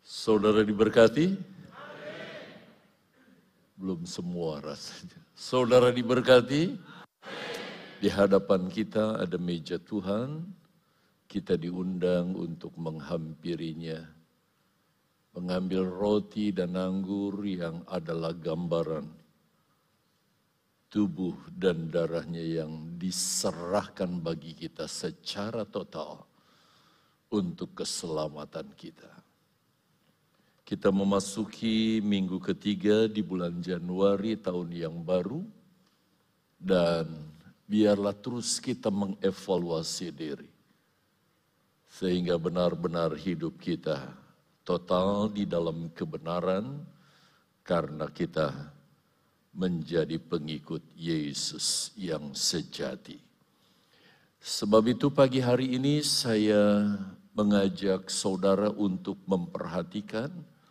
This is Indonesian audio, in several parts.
Saudara diberkati? Belum semua rasanya. Saudara diberkati? Di hadapan kita ada meja Tuhan, kita diundang untuk menghampirinya. Mengambil roti dan anggur yang adalah gambaran tubuh dan darahnya yang diserahkan bagi kita secara total untuk keselamatan kita. Kita memasuki minggu ketiga di bulan Januari tahun yang baru, dan biarlah terus kita mengevaluasi diri, sehingga benar-benar hidup kita total di dalam kebenaran, karena kita menjadi pengikut Yesus yang sejati. Sebab itu pagi hari ini saya mengajak saudara untuk memperhatikan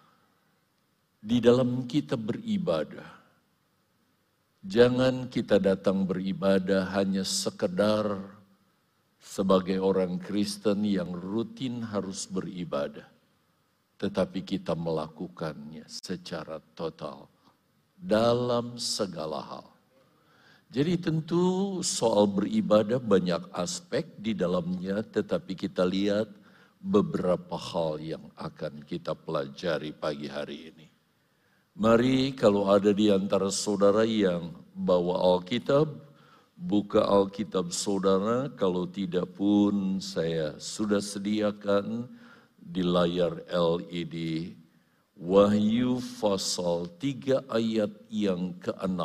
di dalam kita beribadah. Jangan kita datang beribadah hanya sekedar sebagai orang Kristen yang rutin harus beribadah, tetapi kita melakukannya secara total dalam segala hal. Jadi tentu soal beribadah banyak aspek di dalamnya, tetapi kita lihat beberapa hal yang akan kita pelajari pagi hari ini. Mari kalau ada di antara saudara yang bawa Alkitab, buka Alkitab saudara. Kalau tidak pun saya sudah sediakan di layar LED Wahyu pasal 3 ayat yang ke-6.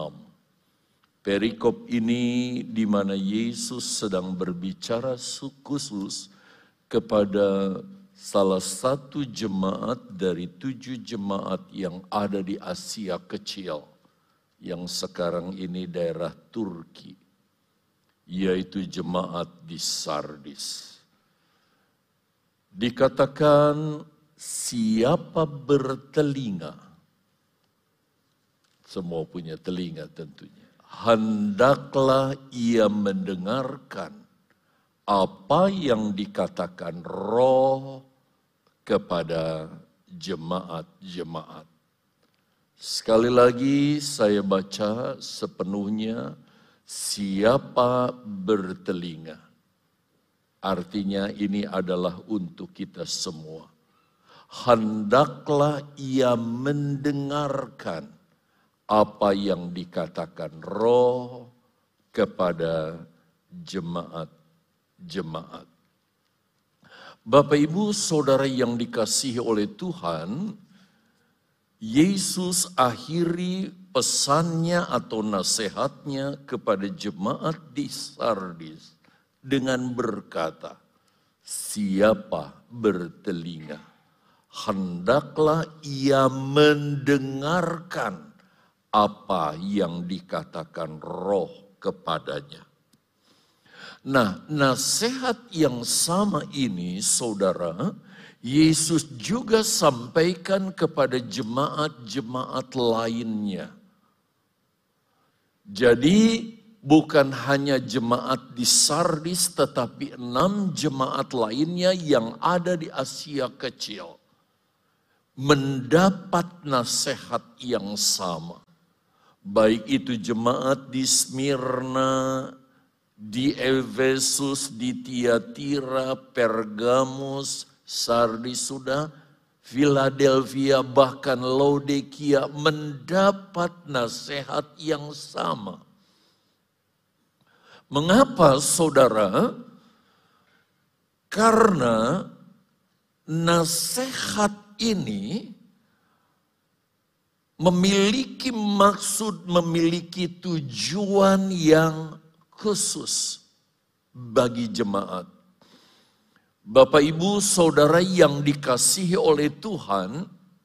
Perikop ini di mana Yesus sedang berbicara khusus kepada salah satu jemaat dari 7 jemaat yang ada di Asia Kecil, yang sekarang ini daerah Turki, yaitu jemaat di Sardis. Dikatakan siapa bertelinga, semua punya telinga tentunya, hendaklah ia mendengarkan apa yang dikatakan Roh kepada jemaat-jemaat. Sekali lagi saya baca sepenuhnya, siapa bertelinga. Artinya ini adalah untuk kita semua. Hendaklah ia mendengarkan apa yang dikatakan Roh kepada jemaat-jemaat. Bapak Ibu Saudara yang dikasihi oleh Tuhan, Yesus akhiri pesannya atau nasihatnya kepada jemaat di Sardis dengan berkata, siapa bertelinga, hendaklah ia mendengarkan apa yang dikatakan Roh kepadanya. Nah, nasihat yang sama ini, saudara, Yesus juga sampaikan kepada jemaat-jemaat lainnya. Jadi, bukan hanya jemaat di Sardis, tetapi 6 jemaat lainnya yang ada di Asia Kecil mendapat nasihat yang sama. Baik itu jemaat di Smyrna, di Efesus, di Tiatira, Pergamus, Sardis sudah, Philadelphia, bahkan Laodikia mendapat nasihat yang sama. Mengapa saudara? Karena nasihat ini memiliki maksud, memiliki tujuan yang khusus bagi jemaat. Bapak Ibu Saudara yang dikasihi oleh Tuhan,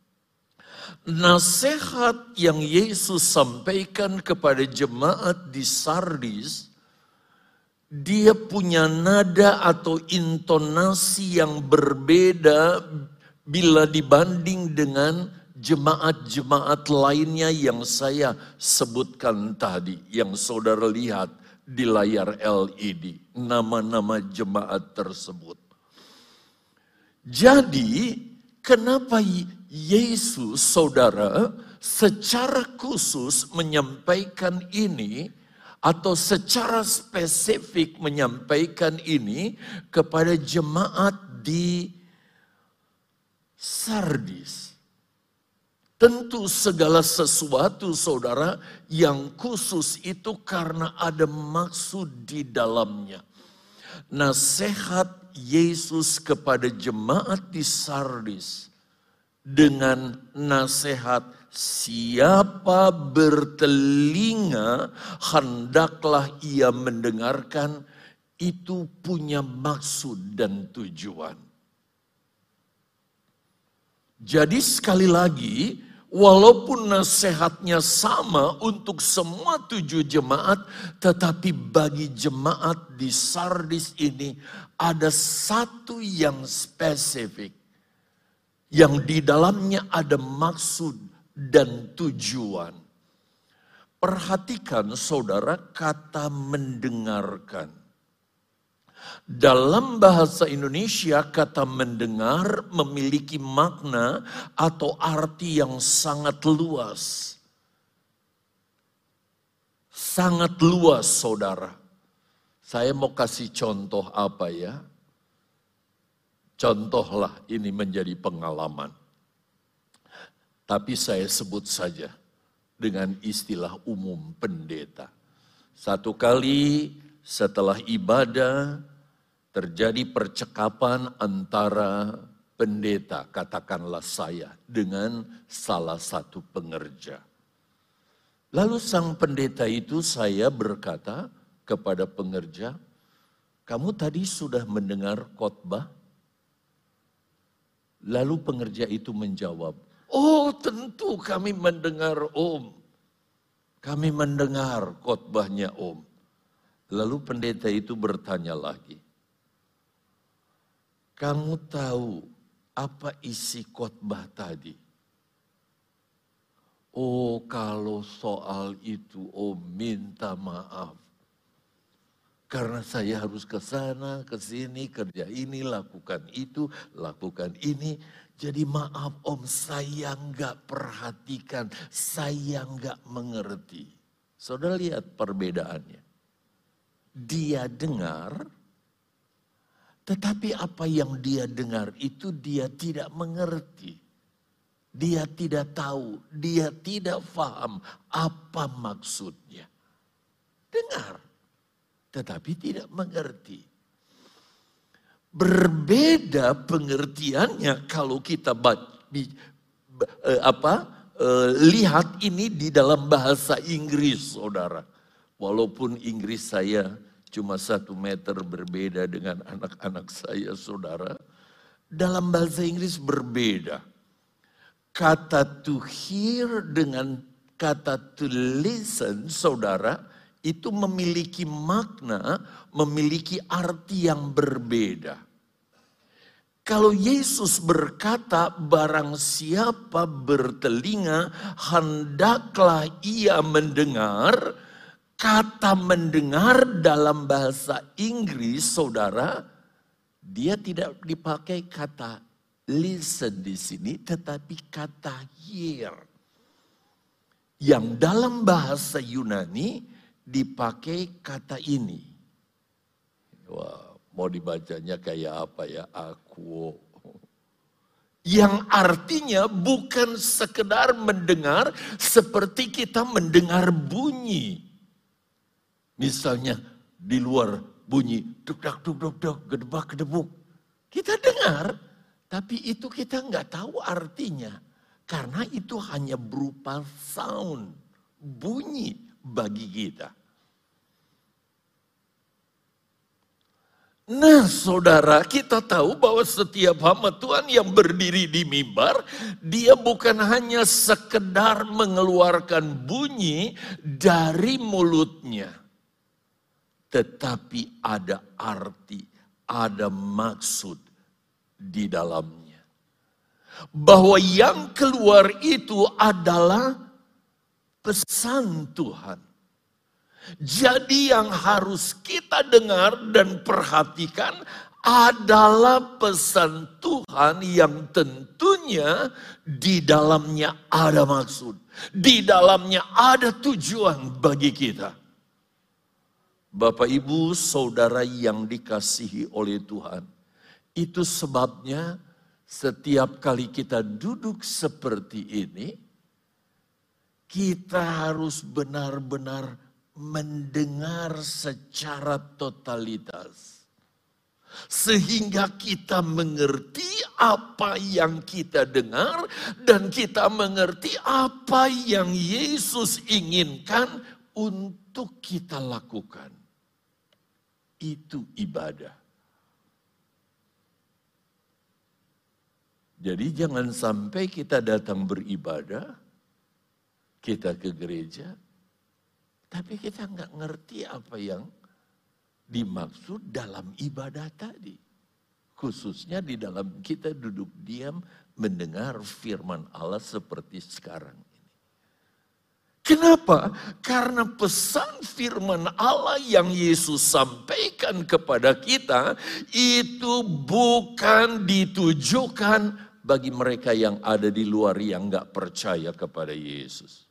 nasihat yang Yesus sampaikan kepada jemaat di Sardis, dia punya nada atau intonasi yang berbeda bila dibanding dengan jemaat-jemaat lainnya yang saya sebutkan tadi, yang saudara lihat di layar LED, nama-nama jemaat tersebut. Jadi kenapa Yesus, saudara, secara khusus menyampaikan ini, atau secara spesifik menyampaikan ini kepada jemaat di Sardis. Tentu segala sesuatu, saudara, yang khusus itu karena ada maksud di dalamnya. Nasihat Yesus kepada jemaat di Sardis dengan nasihat, siapa bertelinga hendaklah ia mendengarkan, itu punya maksud dan tujuan. Jadi sekali lagi, walaupun nasihatnya sama untuk semua 7 jemaat, tetapi bagi jemaat di Sardis ini ada satu yang spesifik, yang di dalamnya ada maksud dan tujuan. Perhatikan saudara kata mendengarkan. Dalam bahasa Indonesia kata mendengar memiliki makna atau arti yang sangat luas. Sangat luas saudara. Saya mau kasih contoh apa ya? Contohlah ini menjadi pengalaman. Tapi saya sebut saja dengan istilah umum pendeta. Satu kali setelah ibadah terjadi percakapan antara pendeta, katakanlah saya, dengan salah satu pengerja. Lalu sang pendeta itu saya berkata kepada pengerja, kamu tadi sudah mendengar khotbah? Lalu pengerja itu menjawab, oh tentu kami mendengar Om. Kami mendengar khotbahnya Om. Lalu pendeta itu bertanya lagi. Kamu tahu apa isi khotbah tadi? Oh kalau soal itu Om minta maaf. Karena saya harus ke sana, ke sini, kerja ini, lakukan itu, lakukan ini. Jadi maaf Om, saya nggak perhatikan, saya nggak mengerti. Saudara lihat perbedaannya. Dia dengar, tetapi apa yang dia dengar itu dia tidak mengerti. Dia tidak tahu, dia tidak paham apa maksudnya. Dengar, tetapi tidak mengerti. Berbeda pengertiannya kalau kita lihat ini di dalam bahasa Inggris, saudara. Walaupun Inggris saya cuma 1 meter berbeda dengan anak-anak saya, saudara. Dalam bahasa Inggris berbeda. Kata to hear dengan kata to listen, saudara, itu memiliki makna, memiliki arti yang berbeda. Kalau Yesus berkata, barang siapa bertelinga, hendaklah ia mendengar. Kata mendengar dalam bahasa Inggris, saudara, dia tidak dipakai kata listen di sini, tetapi kata hear. Yang dalam bahasa Yunani dipakai kata ini. Wah, mau dibacanya kayak apa ya? Aku. Yang artinya bukan sekedar mendengar seperti kita mendengar bunyi. Misalnya di luar bunyi duk-dak, duk-dak, gedebak, gedebuk. Kita dengar, tapi itu kita nggak tahu artinya. Karena itu hanya berupa sound, bunyi bagi kita. Nah saudara, kita tahu bahwa setiap hamba Tuhan yang berdiri di mimbar, dia bukan hanya sekedar mengeluarkan bunyi dari mulutnya. Tetapi ada arti, ada maksud di dalamnya. Bahwa yang keluar itu adalah pesan Tuhan. Jadi yang harus kita dengar dan perhatikan adalah pesan Tuhan yang tentunya semuanya di dalamnya ada maksud. Di dalamnya ada tujuan bagi kita. Bapak, Ibu, Saudara yang dikasihi oleh Tuhan. Itu sebabnya setiap kali kita duduk seperti ini, kita harus benar-benar mendengar secara totalitas. Sehingga kita mengerti apa yang kita dengar dan kita mengerti apa yang Yesus inginkan untuk kita lakukan. Itu ibadah. Jadi jangan sampai kita datang beribadah, kita ke gereja, tapi kita nggak ngerti apa yang dimaksud dalam ibadah tadi. Khususnya di dalam kita duduk diam mendengar firman Allah seperti sekarang ini. Kenapa? Karena pesan firman Allah yang Yesus sampaikan kepada kita itu bukan ditujukan bagi mereka yang ada di luar yang nggak percaya kepada Yesus.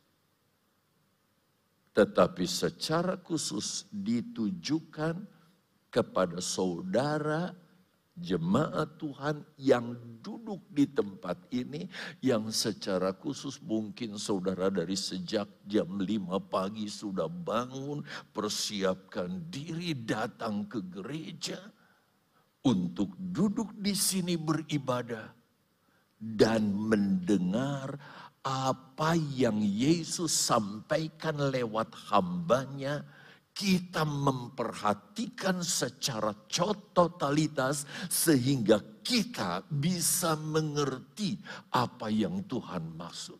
Tetapi secara khusus ditujukan kepada saudara jemaat Tuhan yang duduk di tempat ini, yang secara khusus mungkin saudara dari sejak jam 5 pagi sudah bangun, persiapkan diri datang ke gereja untuk duduk di sini beribadah dan mendengar apa yang Yesus sampaikan lewat hambanya. Kita memperhatikan secara totalitas sehingga kita bisa mengerti apa yang Tuhan maksud.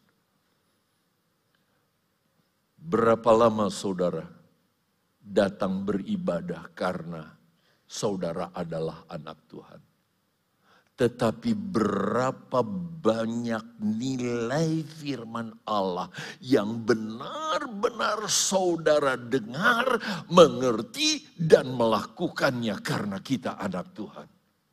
Berapa lama saudara datang beribadah karena saudara adalah anak Tuhan? Tetapi berapa banyak nilai firman Allah yang benar-benar saudara dengar, mengerti, dan melakukannya karena kita anak Tuhan.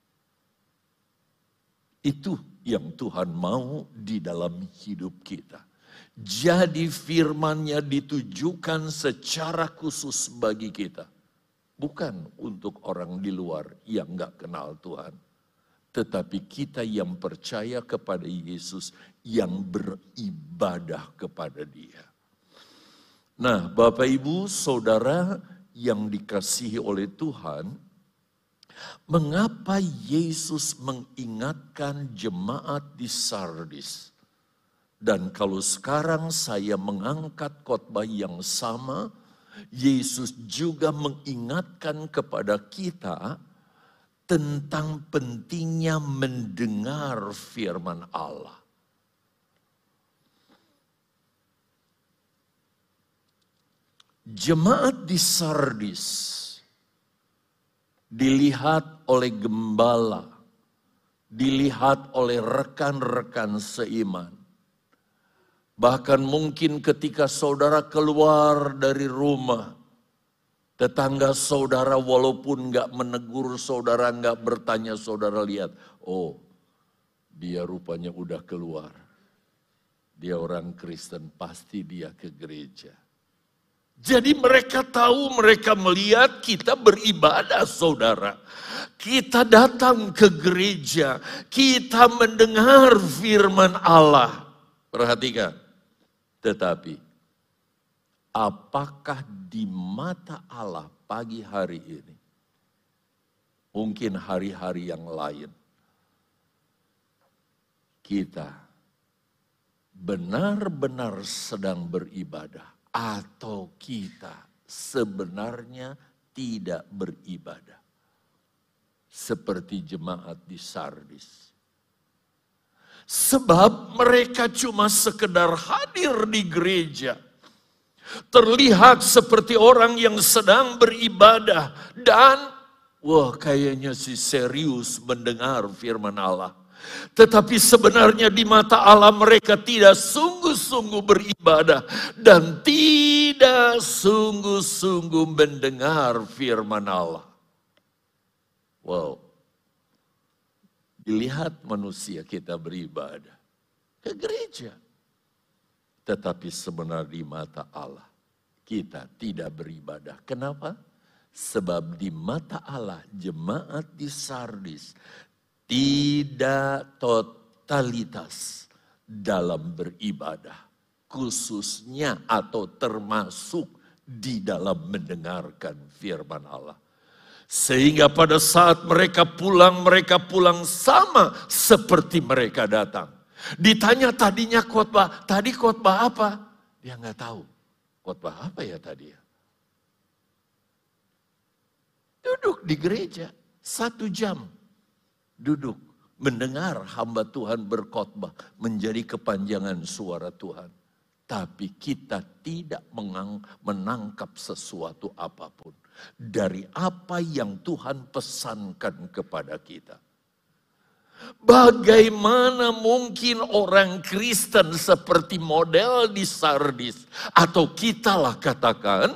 Itu yang Tuhan mau di dalam hidup kita. Jadi firman-Nya ditujukan secara khusus bagi kita. Bukan untuk orang di luar yang gak kenal Tuhan. Tetapi kita yang percaya kepada Yesus, yang beribadah kepada Dia. Nah, Bapak Ibu Saudara yang dikasihi oleh Tuhan, mengapa Yesus mengingatkan jemaat di Sardis? Dan kalau sekarang saya mengangkat khotbah yang sama, Yesus juga mengingatkan kepada kita tentang pentingnya mendengar firman Allah. Jemaat di Sardis dilihat oleh gembala, dilihat oleh rekan-rekan seiman. Bahkan mungkin ketika saudara keluar dari rumah, tetangga saudara walaupun gak menegur saudara, gak bertanya, saudara lihat, oh dia rupanya udah keluar. Dia orang Kristen, pasti dia ke gereja. Jadi mereka tahu, mereka melihat kita beribadah saudara. Kita datang ke gereja, kita mendengar firman Allah. Perhatikan, tetapi apakah di mata Allah pagi hari ini, mungkin hari-hari yang lain, kita benar-benar sedang beribadah atau kita sebenarnya tidak beribadah? Seperti jemaat di Sardis. Sebab mereka cuma sekedar hadir di gereja. Terlihat seperti orang yang sedang beribadah. Dan wah kayaknya sih serius mendengar firman Allah. Tetapi sebenarnya di mata Allah mereka tidak sungguh-sungguh beribadah. Dan tidak sungguh-sungguh mendengar firman Allah. Wow. Dilihat manusia kita beribadah ke gereja. Tetapi sebenarnya di mata Allah kita tidak beribadah. Kenapa? Sebab di mata Allah jemaat di Sardis tidak totalitas dalam beribadah. Khususnya atau termasuk di dalam mendengarkan firman Allah. Sehingga pada saat mereka pulang sama seperti mereka datang. Ditanya tadinya khotbah, tadi khotbah apa? Dia nggak tahu. Khotbah apa ya tadi ya? Duduk di gereja 1 jam. Duduk mendengar hamba Tuhan berkhotbah menjadi kepanjangan suara Tuhan. Tapi kita tidak menangkap sesuatu apapun dari apa yang Tuhan pesankan kepada kita. Bagaimana mungkin orang Kristen seperti model di Sardis, atau kita lah katakan,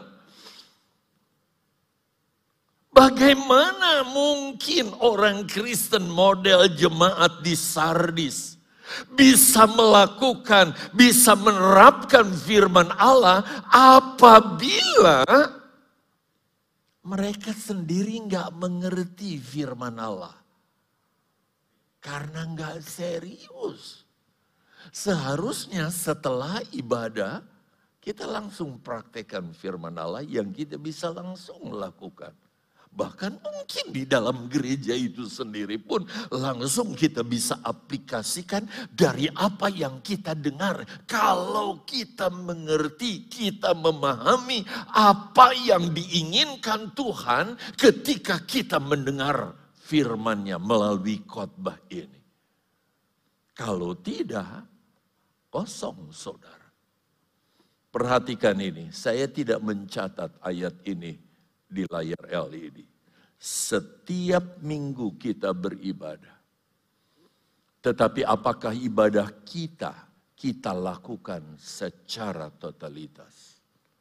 bagaimana mungkin orang Kristen model jemaat di Sardis bisa melakukan, bisa menerapkan firman Allah apabila mereka sendiri nggak mengerti firman Allah. Karena nggak serius. Seharusnya setelah ibadah kita langsung praktekkan firman Allah yang kita bisa langsung lakukan. Bahkan mungkin di dalam gereja itu sendiri pun langsung kita bisa aplikasikan dari apa yang kita dengar. Kalau kita mengerti, kita memahami apa yang diinginkan Tuhan ketika kita mendengar firman-Nya melalui khotbah ini. Kalau tidak, kosong saudara. Perhatikan ini, saya tidak mencatat ayat ini di layar LED. Setiap minggu kita beribadah. Tetapi apakah ibadah kita lakukan secara totalitas?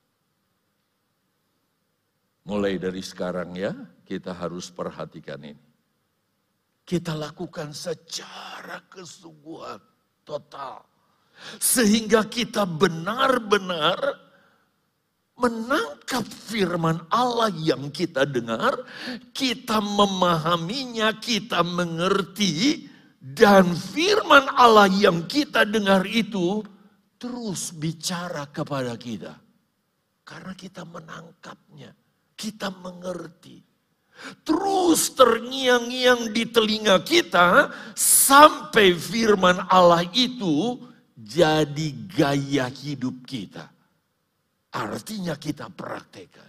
Mulai dari sekarang ya, kita harus perhatikan ini. Kita lakukan secara kesungguhan total. Sehingga kita benar-benar menangkap firman Allah yang kita dengar, kita memahaminya, kita mengerti, dan firman Allah yang kita dengar itu terus bicara kepada kita. Karena kita menangkapnya, kita mengerti. Terus terngiang-ngiang di telinga kita sampai firman Allah itu jadi gaya hidup kita. Artinya kita praktekkan.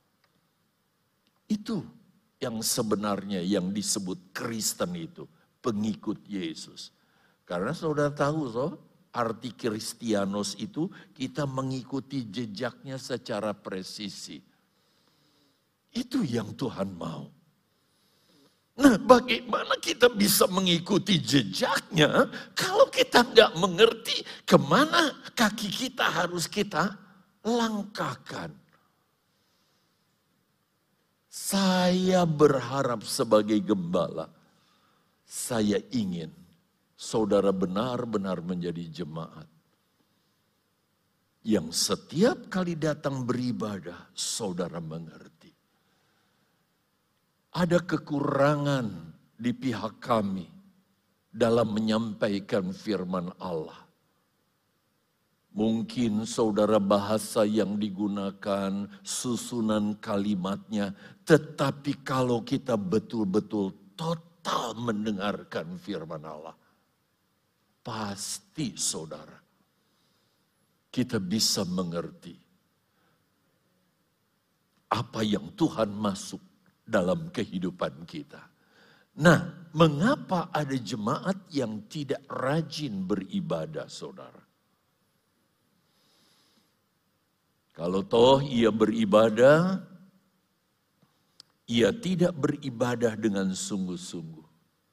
Itu yang sebenarnya yang disebut Kristen itu. Pengikut Yesus. Karena saudara tahu arti Kristianos itu kita mengikuti jejaknya secara presisi. Itu yang Tuhan mau. Nah, bagaimana kita bisa mengikuti jejaknya kalau kita nggak mengerti kemana kaki kita harus kita langkahkan. Saya berharap sebagai gembala, saya ingin saudara benar-benar menjadi jemaat yang setiap kali datang beribadah, saudara mengerti. Ada kekurangan di pihak kami dalam menyampaikan firman Allah. Mungkin saudara bahasa yang digunakan, susunan kalimatnya, tetapi kalau kita betul-betul total mendengarkan firman Allah, pasti saudara, kita bisa mengerti apa yang Tuhan masuk dalam kehidupan kita. Nah, mengapa ada jemaat yang tidak rajin beribadah, saudara? Kalau toh ia beribadah, ia tidak beribadah dengan sungguh-sungguh.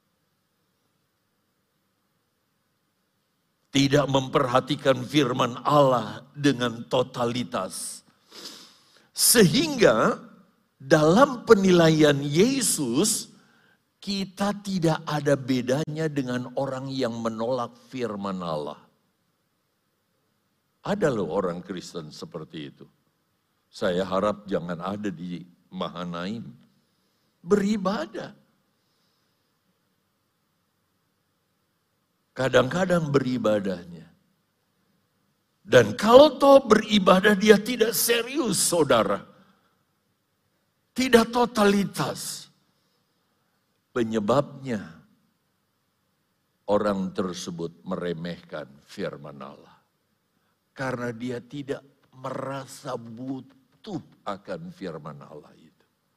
Tidak memperhatikan firman Allah dengan totalitas. Sehingga dalam penilaian Yesus, Kita tidak ada bedanya dengan orang yang menolak firman Allah. Ada loh orang Kristen seperti itu. Saya harap jangan ada di Mahanaim. Beribadah. Kadang-kadang beribadahnya. Dan kalau toh beribadah dia tidak serius, saudara. Tidak totalitas. Penyebabnya orang tersebut meremehkan firman Allah. Karena dia tidak merasa butuh akan firman Allah itu.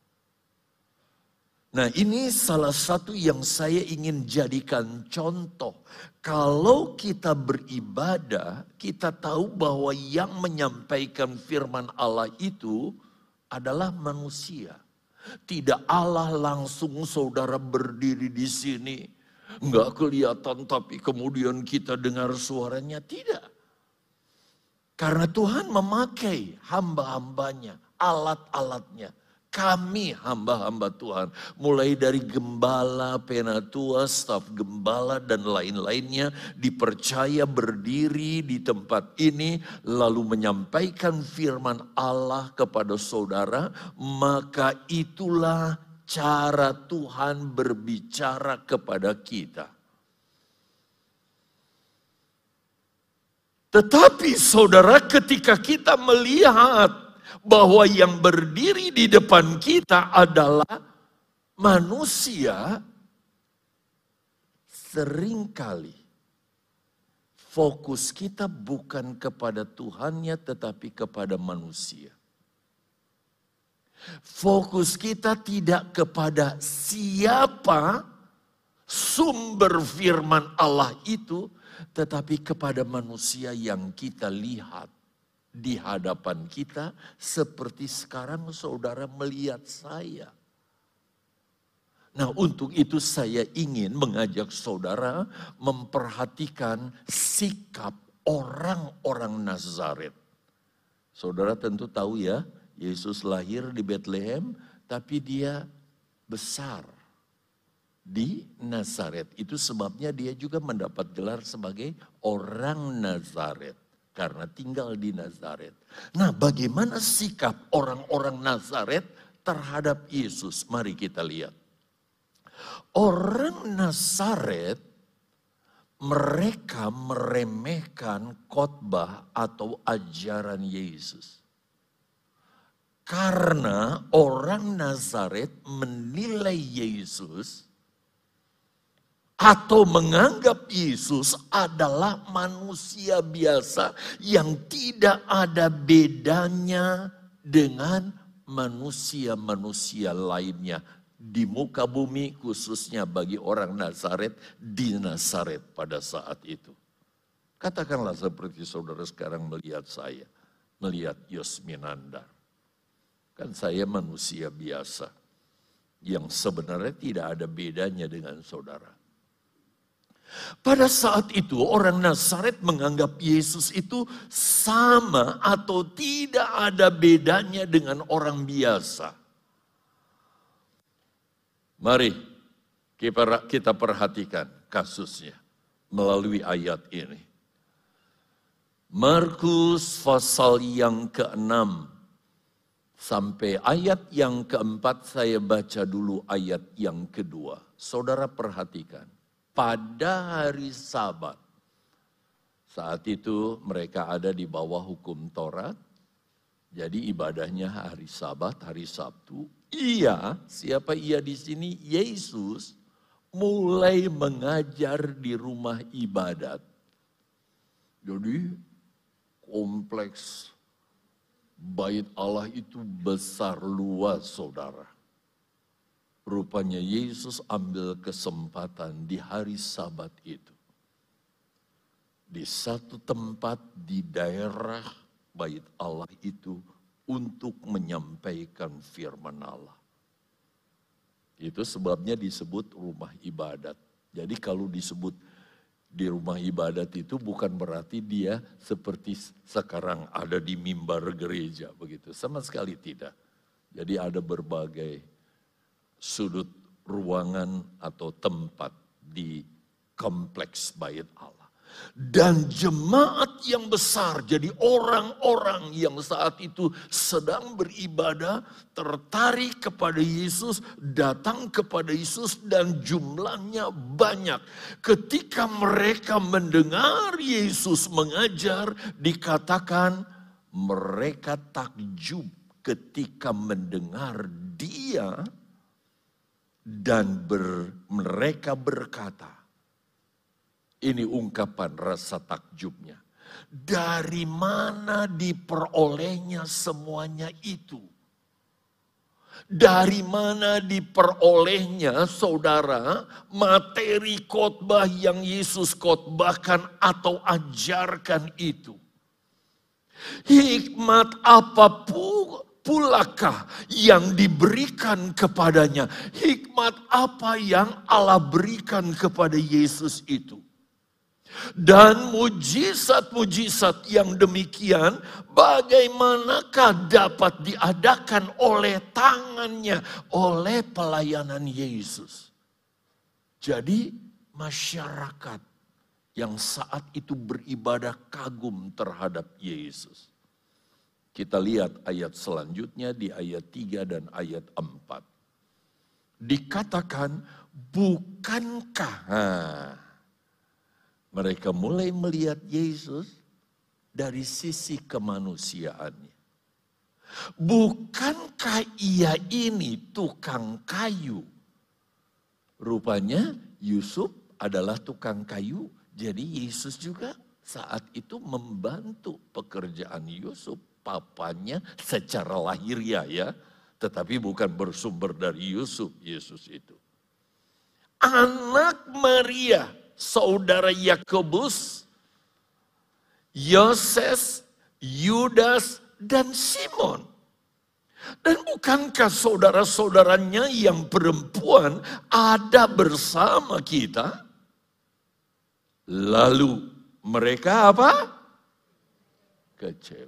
Nah, ini salah satu yang saya ingin jadikan contoh. Kalau kita beribadah, kita tahu bahwa yang menyampaikan firman Allah itu adalah manusia. Tidak Allah langsung saudara berdiri di sini. Enggak kelihatan tapi kemudian kita dengar suaranya. Tidak. Karena Tuhan memakai hamba-hambanya, alat-alatnya. Kami hamba-hamba Tuhan, mulai dari gembala, penatua, staf gembala dan lain-lainnya dipercaya berdiri di tempat ini lalu menyampaikan firman Allah kepada saudara, maka itulah cara Tuhan berbicara kepada kita. Tetapi saudara, ketika kita melihat bahwa yang berdiri di depan kita adalah manusia, seringkali fokus kita bukan kepada Tuhannya tetapi kepada manusia. Fokus kita tidak kepada siapa sumber firman Allah itu, tetapi kepada manusia yang kita lihat di hadapan kita, seperti sekarang saudara melihat saya. Nah, untuk itu saya ingin mengajak saudara memperhatikan sikap orang-orang Nazaret. Saudara tentu tahu ya, Yesus lahir di Bethlehem, tapi dia besar di Nazaret. Itu sebabnya dia juga mendapat gelar sebagai orang Nazaret. Karena tinggal di Nazaret. Nah, bagaimana sikap orang-orang Nazaret terhadap Yesus? Mari kita lihat. Orang Nazaret, mereka meremehkan khotbah atau ajaran Yesus. Karena orang Nazaret menilai Yesus atau menganggap Yesus adalah manusia biasa yang tidak ada bedanya dengan manusia-manusia lainnya di muka bumi, khususnya bagi orang Nazaret di Nazaret pada saat itu. Katakanlah seperti saudara sekarang melihat saya, melihat Yosminanda. Kan saya manusia biasa yang sebenarnya tidak ada bedanya dengan saudara. Pada saat itu orang Nazaret menganggap Yesus itu sama atau tidak ada bedanya dengan orang biasa. Mari kita perhatikan kasusnya melalui ayat ini. Markus pasal yang ke-6 sampai ayat yang ke-4, saya baca dulu ayat yang kedua. Saudara perhatikan. Pada hari Sabat, saat itu mereka ada di bawah hukum Taurat, jadi ibadahnya hari Sabat, hari Sabtu. Siapa ia di sini? Yesus mulai mengajar di rumah ibadat. Jadi kompleks Bait Allah itu besar luas, saudara. Rupanya Yesus ambil kesempatan di hari Sabat itu. Di satu tempat di daerah Bait Allah itu untuk menyampaikan firman Allah. Itu sebabnya disebut rumah ibadat. Jadi kalau disebut di rumah ibadat itu bukan berarti dia seperti sekarang ada di mimbar gereja begitu. Sama sekali tidak. Jadi ada berbagai sudut ruangan atau tempat di kompleks Bait Allah. Dan jemaat yang besar, jadi orang-orang yang saat itu sedang beribadah, tertarik kepada Yesus, datang kepada Yesus dan jumlahnya banyak. Ketika mereka mendengar Yesus mengajar, dikatakan mereka takjub ketika mendengar dia dan mereka berkata, ini ungkapan rasa takjubnya. Dari mana diperolehnya semuanya itu? Dari mana diperolehnya, saudara, materi khotbah yang Yesus khotbahkan atau ajarkan itu? Hikmat apapun pulakah yang diberikan kepadanya? Hikmat apa yang Allah berikan kepada Yesus itu? Dan mujizat-mujizat yang demikian bagaimanakah dapat diadakan oleh tangannya, oleh pelayanan Yesus? Jadi masyarakat yang saat itu beribadah kagum terhadap Yesus. Kita lihat ayat selanjutnya di ayat 3 dan ayat 4. Dikatakan, bukankah mereka mulai melihat Yesus dari sisi kemanusiaannya. Bukankah ia ini tukang kayu? Rupanya Yusuf adalah tukang kayu. Jadi Yesus juga saat itu membantu pekerjaan Yusuf. Papanya secara lahiriah ya. Tetapi bukan bersumber dari Yusuf, Yesus itu. Anak Maria, saudara Yakobus, Yoses, Yudas, dan Simon. Dan bukankah saudara-saudaranya yang perempuan ada bersama kita? Lalu mereka apa? Kecewa.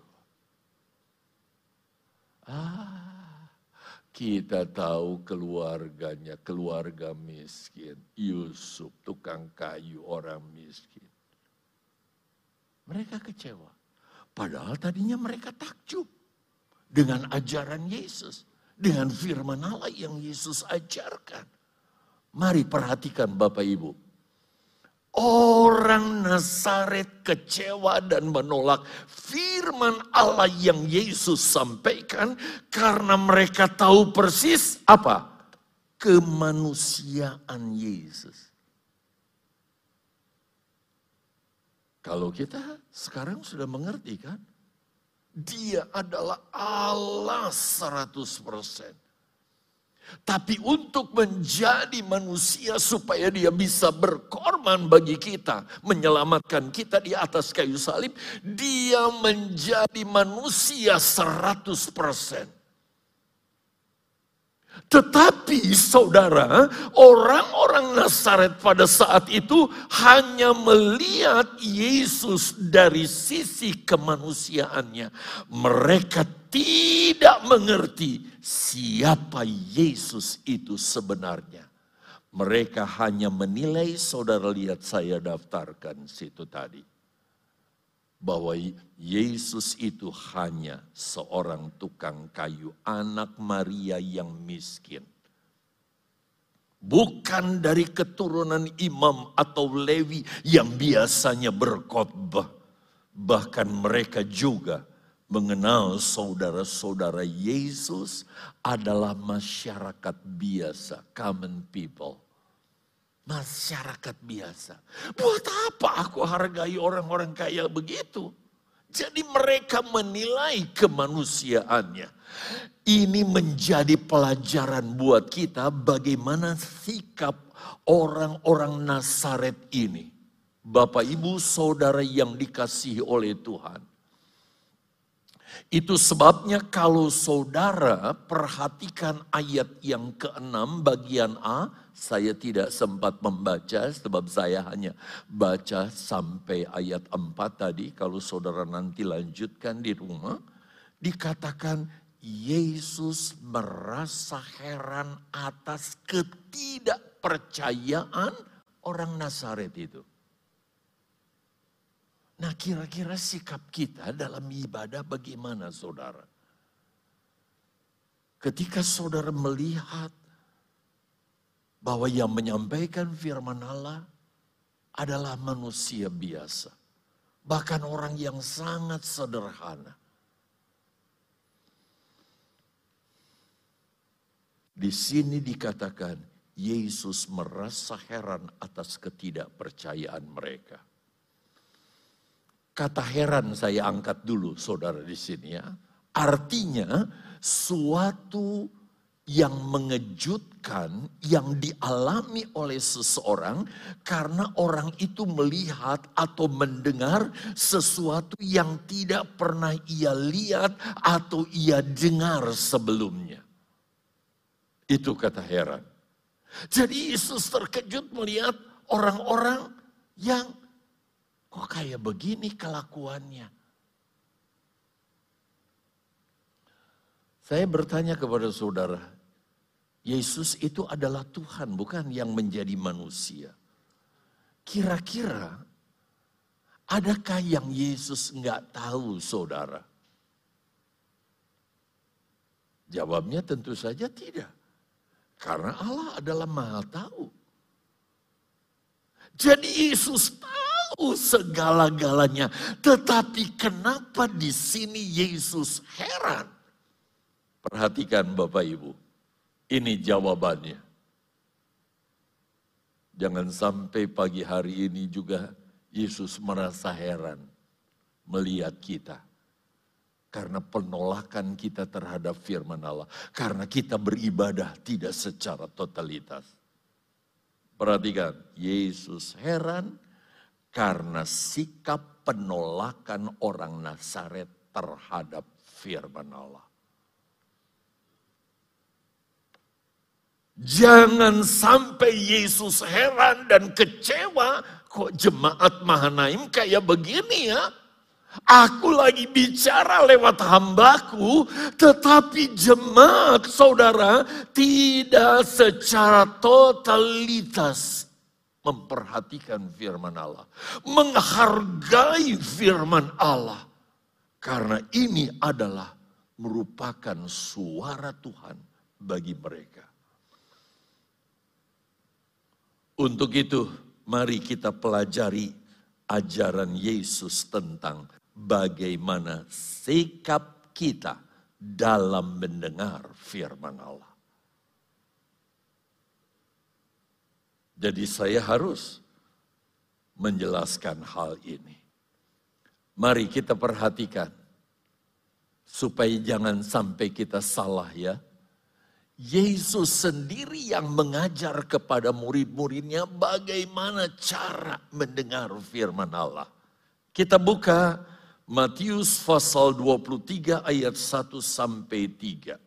Kita tahu keluarganya, keluarga miskin. Yusuf, tukang kayu, orang miskin. Mereka kecewa. Padahal tadinya mereka takjub dengan ajaran Yesus. Dengan firman Allah yang Yesus ajarkan. Mari perhatikan Bapak Ibu. Orang Nazaret kecewa dan menolak firman Allah yang Yesus sampaikan karena mereka tahu persis apa? Kemanusiaan Yesus. Kalau kita sekarang sudah mengerti kan? Dia adalah Allah 100%. Tapi untuk menjadi manusia supaya dia bisa berkorban bagi kita, menyelamatkan kita di atas kayu salib, dia menjadi manusia 100%. Tetapi saudara, orang-orang Nazaret pada saat itu hanya melihat Yesus dari sisi kemanusiaannya. Mereka tidak mengerti siapa Yesus itu sebenarnya. Mereka hanya menilai, saudara lihat saya daftarkan situ tadi. Bahwa Yesus itu hanya seorang tukang kayu, anak Maria yang miskin. Bukan dari keturunan imam atau Lewi yang biasanya berkhotbah. Bahkan mereka juga mengenal saudara-saudara Yesus adalah masyarakat biasa, common people. Masyarakat biasa. Buat apa aku hargai orang-orang kaya begitu? Jadi mereka menilai kemanusiaannya. Ini menjadi pelajaran buat kita bagaimana sikap orang-orang Nazaret ini. Bapak, Ibu, Saudara yang dikasihi oleh Tuhan. Itu sebabnya kalau saudara perhatikan ayat yang ke-6 bagian A, saya tidak sempat membaca sebab saya hanya baca sampai ayat 4 tadi. Kalau saudara nanti lanjutkan di rumah, dikatakan Yesus merasa heran atas ketidakpercayaan orang Nazaret itu. Nah, kira-kira sikap kita dalam ibadah bagaimana, saudara? Ketika saudara melihat bahwa yang menyampaikan firman Allah adalah manusia biasa, bahkan orang yang sangat sederhana. Di sini dikatakan Yesus merasa heran atas ketidakpercayaan mereka. Kata heran saya angkat dulu, saudara, di sini ya. Artinya suatu yang mengejutkan yang dialami oleh seseorang karena orang itu melihat atau mendengar sesuatu yang tidak pernah ia lihat atau ia dengar sebelumnya. Itu kata heran. Jadi Yesus terkejut melihat orang-orang yang kok kayak begini kelakuannya. Saya bertanya kepada saudara, Yesus itu adalah Tuhan, bukan yang menjadi manusia. Kira-kira adakah yang Yesus nggak tahu, saudara? Jawabnya tentu saja tidak. Karena Allah adalah Maha Tahu. Jadi Yesus tahu segala-galanya. Tetapi kenapa di sini Yesus heran? Perhatikan Bapak Ibu. Ini jawabannya. Jangan sampai pagi hari ini juga Yesus merasa heran melihat kita. Karena penolakan kita terhadap firman Allah. Karena kita beribadah tidak secara totalitas. Perhatikan, Yesus heran karena sikap penolakan orang Nazaret terhadap firman Allah. Jangan sampai Yesus heran dan kecewa, kok jemaat Mahanaim kayak begini ya. Aku lagi bicara lewat hambaku, tetapi jemaat saudara tidak secara totalitas memperhatikan firman Allah. Menghargai firman Allah. Karena ini adalah merupakan suara Tuhan bagi mereka. Untuk itu mari kita pelajari ajaran Yesus tentang bagaimana sikap kita dalam mendengar firman Allah. Jadi saya harus menjelaskan hal ini. Mari kita perhatikan supaya jangan sampai kita salah ya. Yesus sendiri yang mengajar kepada murid-muridnya bagaimana cara mendengar firman Allah. Kita buka Matius pasal 23 ayat 1 sampai 3.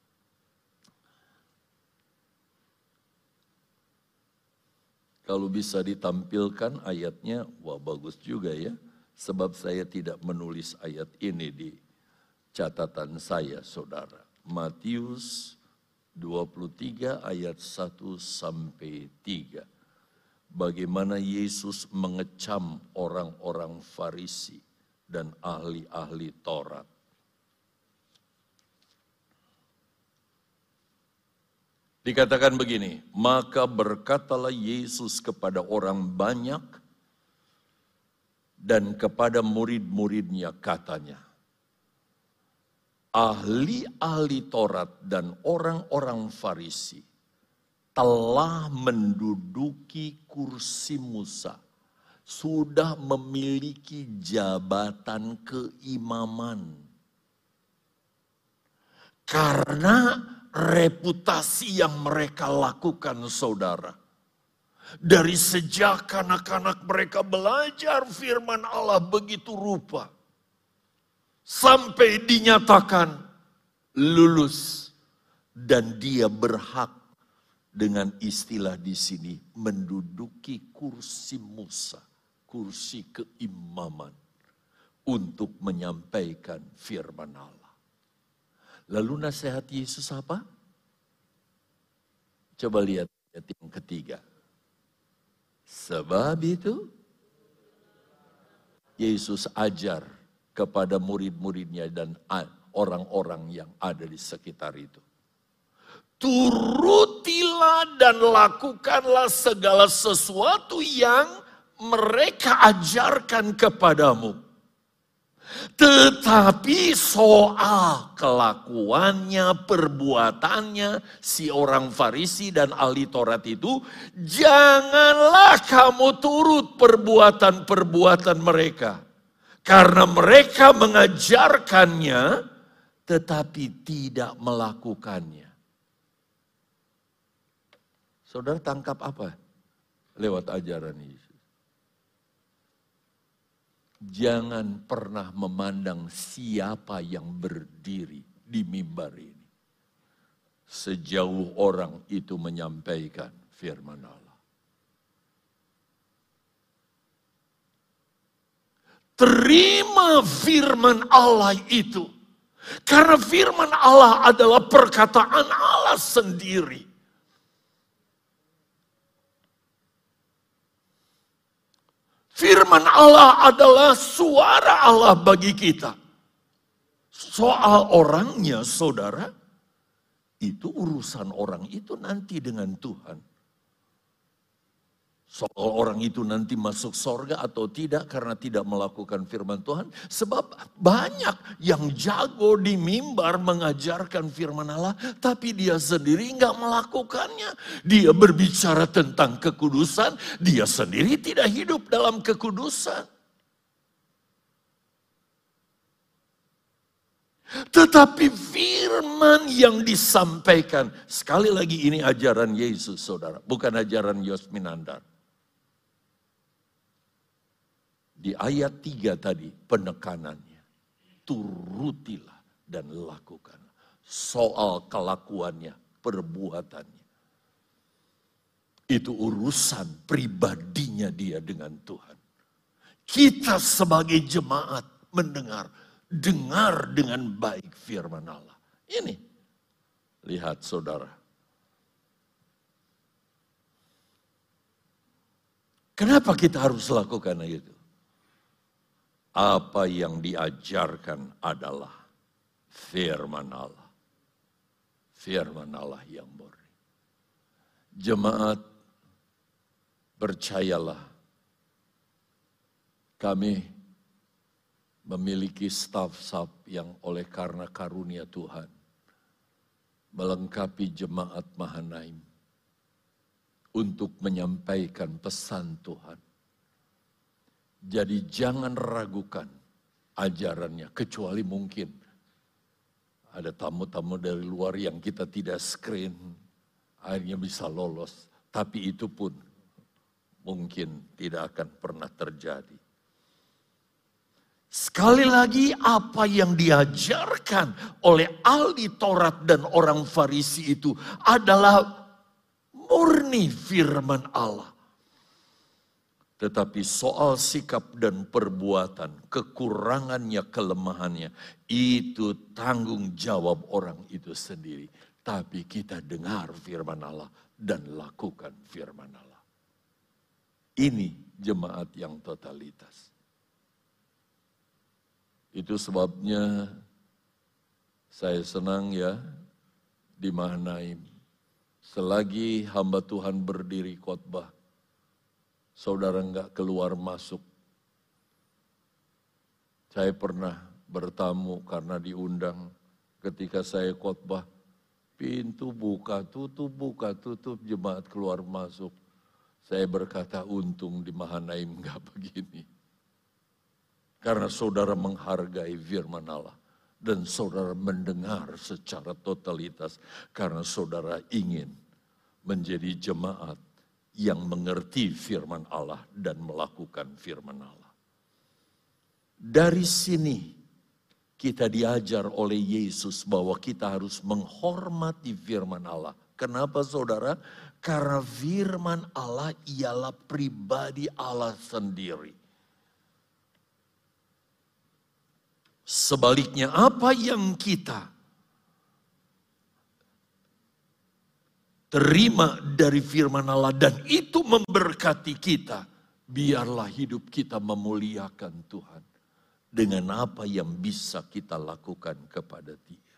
Kalau bisa ditampilkan ayatnya, wah bagus juga ya. Sebab saya tidak menulis ayat ini di catatan saya, saudara. Matius 23 ayat 1 sampai 3. Bagaimana Yesus mengecam orang-orang Farisi dan ahli-ahli Taurat. Dikatakan begini, maka berkatalah Yesus kepada orang banyak dan kepada murid-muridnya katanya, ahli-ahli Taurat dan orang-orang Farisi telah menduduki kursi Musa, sudah memiliki jabatan keimaman. Karena reputasi yang mereka lakukan, saudara. Dari sejak anak-anak mereka belajar firman Allah begitu rupa. Sampai dinyatakan lulus. Dan dia berhak dengan istilah di sini menduduki kursi Musa. Kursi keimaman untuk menyampaikan firman Allah. Lalu nasihat Yesus apa? Coba lihat ayat yang ketiga. Sebab itu Yesus ajar kepada murid-muridnya dan orang-orang yang ada di sekitar itu. Turutilah dan lakukanlah segala sesuatu yang mereka ajarkan kepadamu. Tetapi soal kelakuannya, perbuatannya, si orang Farisi dan ahli Taurat itu, janganlah kamu turut perbuatan-perbuatan mereka. Karena mereka mengajarkannya, tetapi tidak melakukannya. Saudara tangkap apa lewat ajaran Yesus? Jangan pernah memandang siapa yang berdiri di mimbar ini. Sejauh orang itu menyampaikan firman Allah. Terima firman Allah itu. Karena firman Allah adalah perkataan Allah sendiri. Firman Allah adalah suara Allah bagi kita. Soal orangnya, saudara, itu urusan orang itu nanti dengan Tuhan. Soal orang itu nanti masuk sorga atau tidak karena tidak melakukan firman Tuhan. Sebab banyak yang jago di mimbar mengajarkan firman Allah, tapi dia sendiri nggak melakukannya. Dia berbicara tentang kekudusan, dia sendiri tidak hidup dalam kekudusan. Tetapi firman yang disampaikan, sekali lagi ini ajaran Yesus, saudara, bukan ajaran Yosminandar. Di ayat 3 tadi penekanannya, turutilah dan lakukanlah. Soal kelakuannya, perbuatannya. Itu urusan pribadinya dia dengan Tuhan. Kita sebagai jemaat dengar dengan baik firman Allah. Ini, lihat saudara. Kenapa kita harus lakukan itu? Apa yang diajarkan adalah firman Allah. Firman Allah yang murni. Jemaat, percayalah, kami memiliki staf-staf yang oleh karena karunia Tuhan melengkapi jemaat Mahanaim untuk menyampaikan pesan Tuhan. Jadi jangan ragukan ajarannya, kecuali mungkin ada tamu-tamu dari luar yang kita tidak screen, akhirnya bisa lolos. Tapi itu pun mungkin tidak akan pernah terjadi. Sekali lagi apa yang diajarkan oleh ahli Taurat dan orang Farisi itu adalah murni firman Allah. Tetapi soal sikap dan perbuatan, kekurangannya, kelemahannya, itu tanggung jawab orang itu sendiri. Tapi kita dengar firman Allah dan lakukan firman Allah. Ini jemaat yang totalitas. Itu sebabnya saya senang ya di Mahanaim. Selagi hamba Tuhan berdiri khotbah, saudara enggak keluar masuk. Saya pernah bertamu karena diundang ketika saya khotbah. Pintu buka tutup, jemaat keluar masuk. Saya berkata untung di Mahanaim enggak begini. Karena saudara menghargai firman Allah. Dan saudara mendengar secara totalitas. Karena saudara ingin menjadi jemaat yang mengerti firman Allah dan melakukan firman Allah. Dari sini kita diajar oleh Yesus bahwa kita harus menghormati firman Allah. Kenapa saudara? Karena firman Allah ialah pribadi Allah sendiri. Sebaliknya apa yang kita terima dari firman Allah dan itu memberkati kita, biarlah hidup kita memuliakan Tuhan dengan apa yang bisa kita lakukan kepada Dia.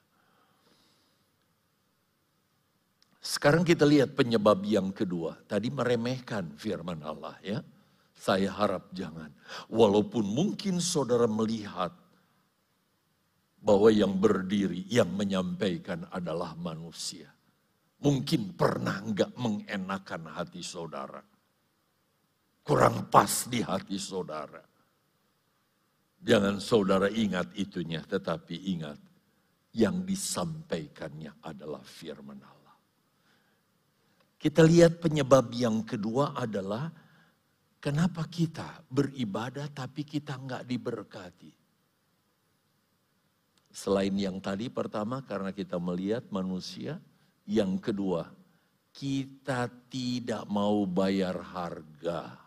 Sekarang kita lihat penyebab yang kedua. Tadi meremehkan firman Allah ya. Saya harap jangan. Walaupun mungkin saudara melihat bahwa yang berdiri, yang menyampaikan adalah manusia. Mungkin pernah enggak mengenakan hati saudara. Kurang pas di hati saudara. Jangan saudara ingat itunya, tetapi ingat yang disampaikannya adalah firman Allah. Kita lihat penyebab yang kedua adalah kenapa kita beribadah tapi kita enggak diberkati. Selain yang tadi pertama karena kita melihat manusia. Yang kedua, kita tidak mau bayar harga.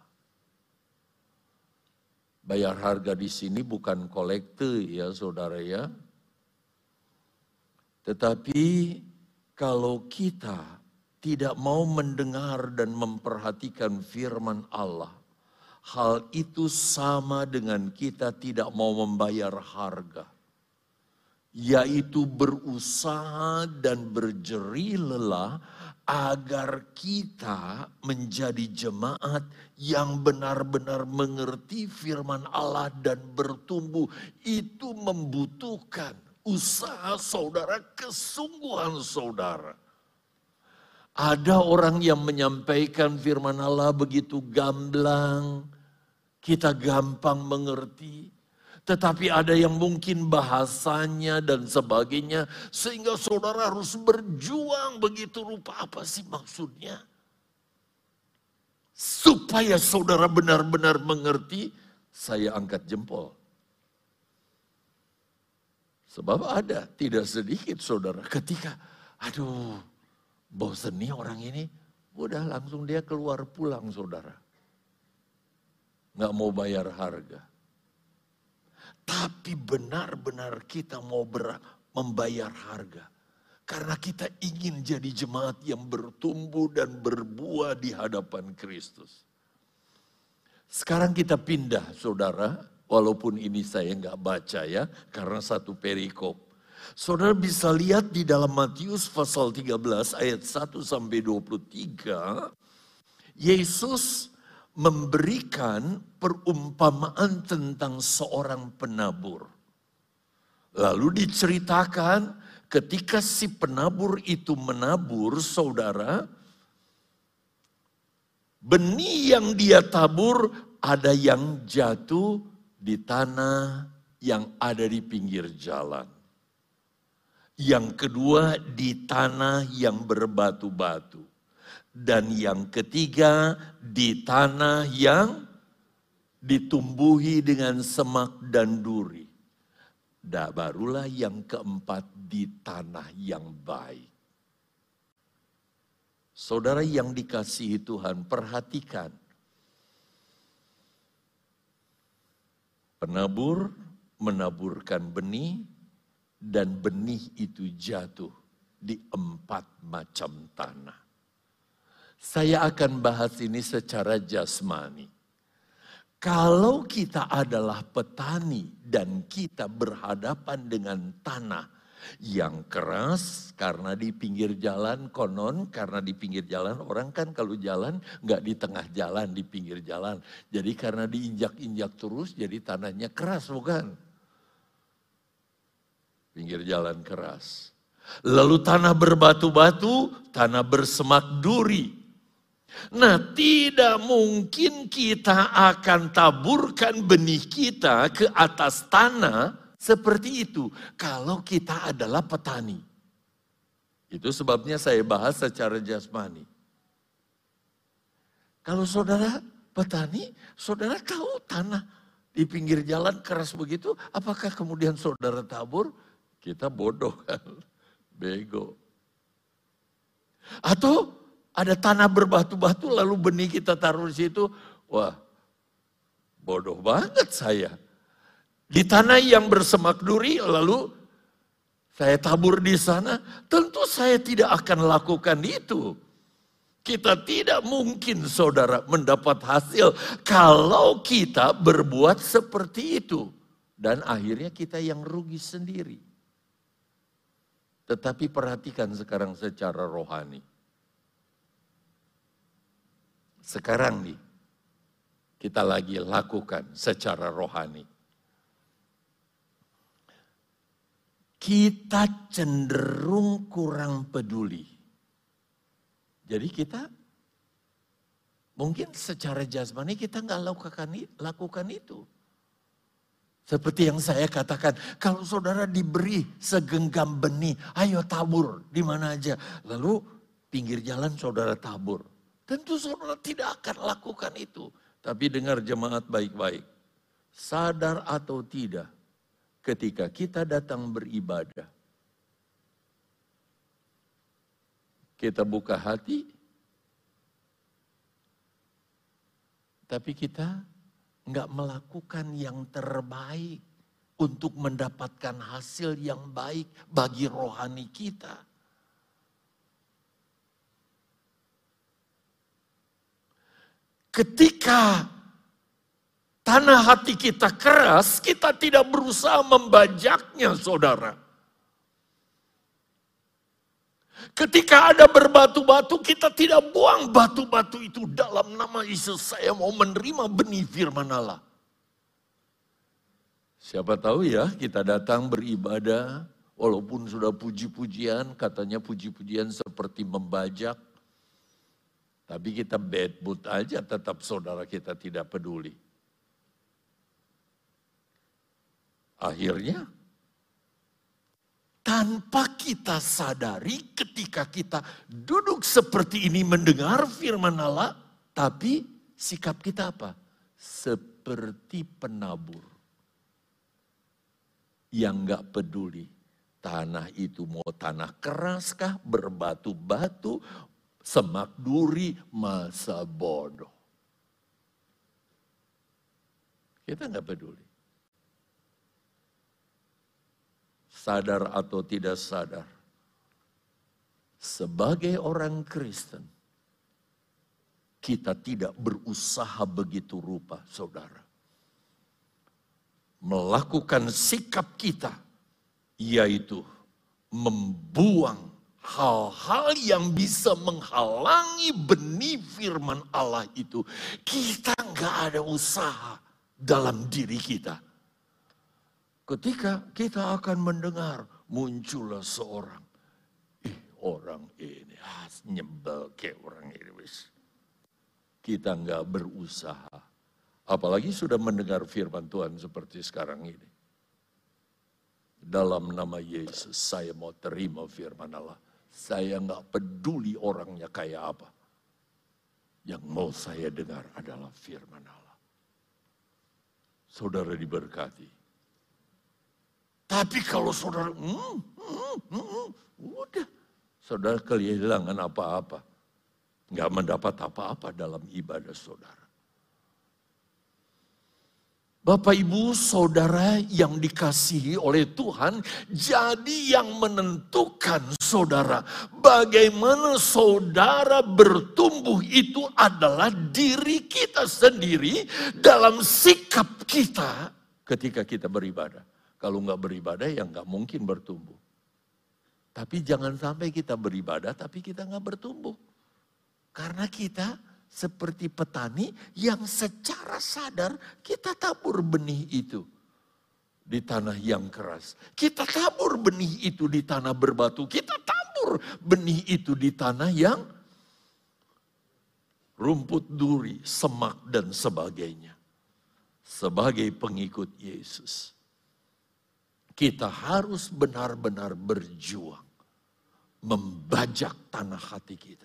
Bayar harga di sini bukan kolekte ya saudara ya. Tetapi kalau kita tidak mau mendengar dan memperhatikan firman Allah, hal itu sama dengan kita tidak mau membayar harga. Yaitu berusaha dan berjerih lelah agar kita menjadi jemaat yang benar-benar mengerti firman Allah dan bertumbuh. Itu membutuhkan usaha saudara, kesungguhan saudara. Ada orang yang menyampaikan firman Allah begitu gamblang, kita gampang mengerti. Tetapi ada yang mungkin bahasanya dan sebagainya. Sehingga saudara harus berjuang begitu rupa. Apa sih maksudnya? Supaya saudara benar-benar mengerti. Saya angkat jempol. Sebab ada tidak sedikit saudara. Ketika aduh bosen nih orang ini. Udah langsung dia keluar pulang saudara. Nggak mau bayar harga. Tapi benar-benar kita mau membayar harga. Karena kita ingin jadi jemaat yang bertumbuh dan berbuah di hadapan Kristus. Sekarang kita pindah saudara. Walaupun ini saya nggak baca ya. Karena satu perikop. Saudara bisa lihat di dalam Matius pasal 13 ayat 1 sampai 23. Yesus memberikan perumpamaan tentang seorang penabur. Lalu diceritakan ketika si penabur itu menabur, saudara, benih yang dia tabur ada yang jatuh di tanah yang ada di pinggir jalan. Yang kedua di tanah yang berbatu-batu. Dan yang ketiga di tanah yang ditumbuhi dengan semak dan duri. Dan barulah yang keempat di tanah yang baik. Saudara yang dikasihi Tuhan, perhatikan. Penabur menaburkan benih dan benih itu jatuh di 4 macam tanah. Saya akan bahas ini secara jasmani. Kalau kita adalah petani dan kita berhadapan dengan tanah yang keras karena di pinggir jalan, konon karena di pinggir jalan orang kan kalau jalan nggak di tengah jalan, di pinggir jalan. Jadi karena diinjak-injak terus jadi tanahnya keras bukan? Pinggir jalan keras. Lalu tanah berbatu-batu, tanah bersemak duri. Nah, tidak mungkin kita akan taburkan benih kita ke atas tanah seperti itu kalau kita adalah petani. Itu sebabnya saya bahas secara jasmani. Kalau saudara petani, saudara tahu tanah di pinggir jalan keras begitu, apakah kemudian saudara tabur? Kita bodoh kan, bego. Atau ada tanah berbatu-batu lalu benih kita taruh di situ. Wah, bodoh banget saya. Di tanah yang bersemak duri lalu saya tabur di sana. Tentu saya tidak akan lakukan itu. Kita tidak mungkin saudara mendapat hasil kalau kita berbuat seperti itu. Dan akhirnya kita yang rugi sendiri. Tetapi perhatikan sekarang secara rohani. Sekarang nih, kita lagi lakukan secara rohani. Kita cenderung kurang peduli. Jadi kita mungkin secara jasmani kita nggak lakukan itu. Seperti yang saya katakan, kalau saudara diberi segenggam benih, ayo tabur di mana aja. Lalu pinggir jalan saudara tabur. Tentu saudara tidak akan lakukan itu. Tapi dengar jemaat baik-baik. Sadar atau tidak, ketika kita datang beribadah, kita buka hati, tapi kita nggak melakukan yang terbaik untuk mendapatkan hasil yang baik bagi rohani kita. Ketika tanah hati kita keras, kita tidak berusaha membajaknya, saudara. Ketika ada berbatu-batu, kita tidak buang batu-batu itu dalam nama Yesus. Saya mau menerima benih firman Allah. Siapa tahu ya, kita datang beribadah, walaupun sudah puji-pujian, katanya puji-pujian seperti membajak. Tapi kita bad mood aja, tetap saudara kita tidak peduli. Akhirnya, tanpa kita sadari ketika kita duduk seperti ini mendengar firman Allah, tapi sikap kita apa? Seperti penabur. Yang gak peduli tanah itu mau tanah keraskah, berbatu-batu, semak duri, masa bodoh. Kita gak peduli. Sadar atau tidak sadar, sebagai orang Kristen, kita tidak berusaha begitu rupa, saudara. Melakukan sikap kita, yaitu membuang hal-hal yang bisa menghalangi benih firman Allah itu. Kita nggak ada usaha dalam diri kita. Ketika kita akan mendengar muncullah seorang, orang ini nyebel kayak orang ini. Kita nggak berusaha, apalagi sudah mendengar firman Tuhan seperti sekarang ini. Dalam nama Yesus saya mau terima firman Allah. Saya nggak peduli orangnya kayak apa. Yang mau saya dengar adalah firman Allah. Saudara diberkati. Tapi kalau saudara, udah. Saudara kehilangan apa-apa. Nggak mendapat apa-apa dalam ibadah saudara. Bapak ibu saudara yang dikasihi oleh Tuhan, jadi yang menentukan saudara, bagaimana saudara bertumbuh itu adalah diri kita sendiri dalam sikap kita ketika kita beribadah. Kalau nggak beribadah ya nggak mungkin bertumbuh. Tapi jangan sampai kita beribadah tapi kita nggak bertumbuh. Karena kita seperti petani yang secara sadar kita tabur benih itu di tanah yang keras. Kita tabur benih itu di tanah berbatu. Kita tabur benih itu di tanah yang rumput duri, semak dan sebagainya. Sebagai pengikut Yesus, kita harus benar-benar berjuang membajak tanah hati kita.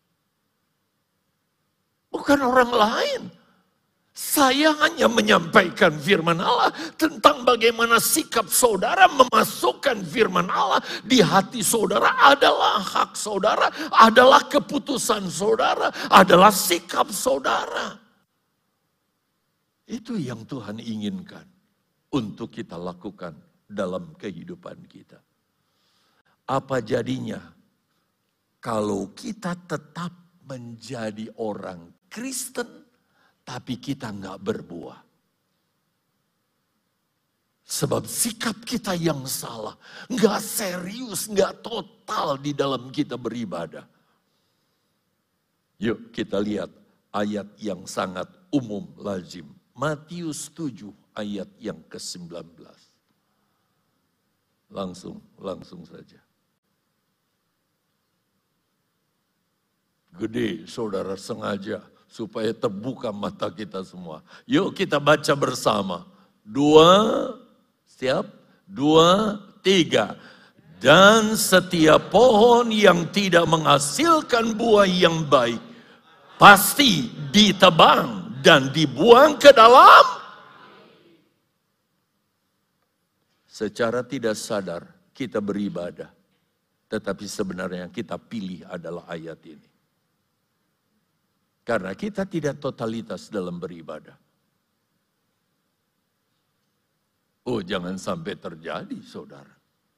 Bukan orang lain. Saya hanya menyampaikan firman Allah tentang bagaimana sikap saudara memasukkan firman Allah di hati saudara adalah hak saudara, adalah keputusan saudara, adalah sikap saudara. Itu yang Tuhan inginkan untuk kita lakukan dalam kehidupan kita. Apa jadinya kalau kita tetap menjadi orang Kristen, tapi kita nggak berbuah. Sebab sikap kita yang salah, nggak serius, nggak total di dalam kita beribadah. Yuk kita lihat ayat yang sangat umum, lazim. Matius 7 ayat yang ke-19. Langsung saja. Gede, saudara, sengaja supaya terbuka mata kita semua. Yuk kita baca bersama. 2, siap? 2, 3. Dan setiap pohon yang tidak menghasilkan buah yang baik, pasti ditebang dan dibuang ke dalam. Secara tidak sadar kita beribadah. Tetapi sebenarnya yang kita pilih adalah ayat ini. Karena kita tidak totalitas dalam beribadah. Oh, jangan sampai terjadi, saudara.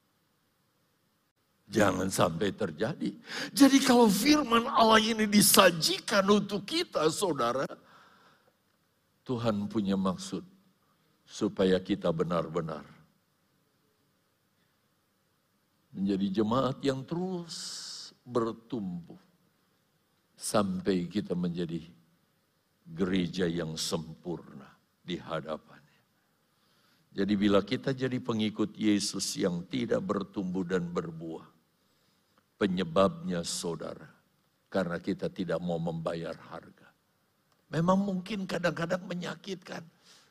Jangan sampai terjadi. Jadi kalau firman Allah ini disajikan untuk kita, saudara, Tuhan punya maksud supaya kita benar-benar menjadi jemaat yang terus bertumbuh sampai kita menjadi gereja yang sempurna di hadapannya. Jadi bila kita jadi pengikut Yesus yang tidak bertumbuh dan berbuah, penyebabnya saudara, karena kita tidak mau membayar harga. Memang mungkin kadang-kadang menyakitkan.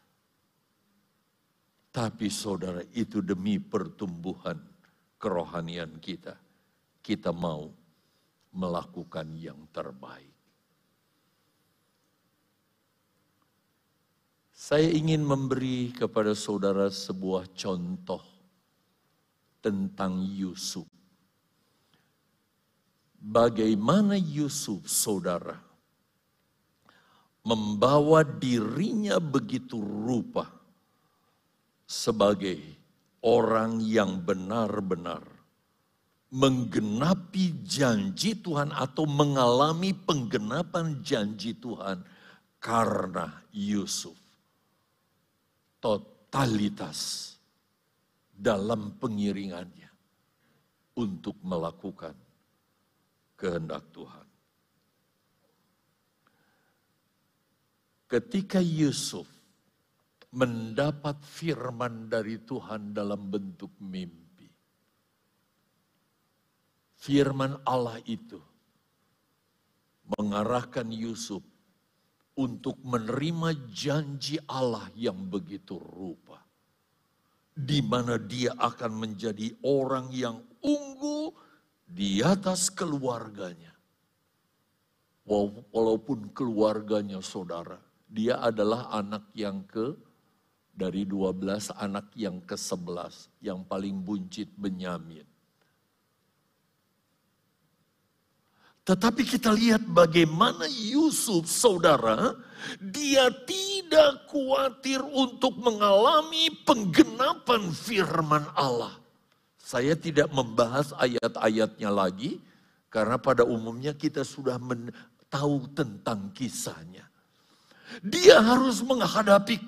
Tapi saudara, itu demi pertumbuhan kerohanian kita. Kita mau melakukan yang terbaik. Saya ingin memberi kepada saudara sebuah contoh tentang Yusuf. Bagaimana Yusuf, saudara, membawa dirinya begitu rupa sebagai orang yang benar-benar menggenapi janji Tuhan atau mengalami penggenapan janji Tuhan karena Yusuf. Totalitas dalam pengiringannya untuk melakukan kehendak Tuhan. Ketika Yusuf mendapat firman dari Tuhan dalam bentuk mimpi, firman Allah itu mengarahkan Yusuf untuk menerima janji Allah yang begitu rupa, di mana dia akan menjadi orang yang unggul di atas keluarganya. Walaupun keluarganya, saudara, dia adalah anak yang dari 12 anak yang ke-11, yang paling buncit Benyamin. Tetapi kita lihat bagaimana Yusuf, saudara, dia tidak khawatir untuk mengalami penggenapan firman Allah. Saya tidak membahas ayat-ayatnya lagi, karena pada umumnya kita sudah tahu tentang kisahnya. Dia harus menghadapi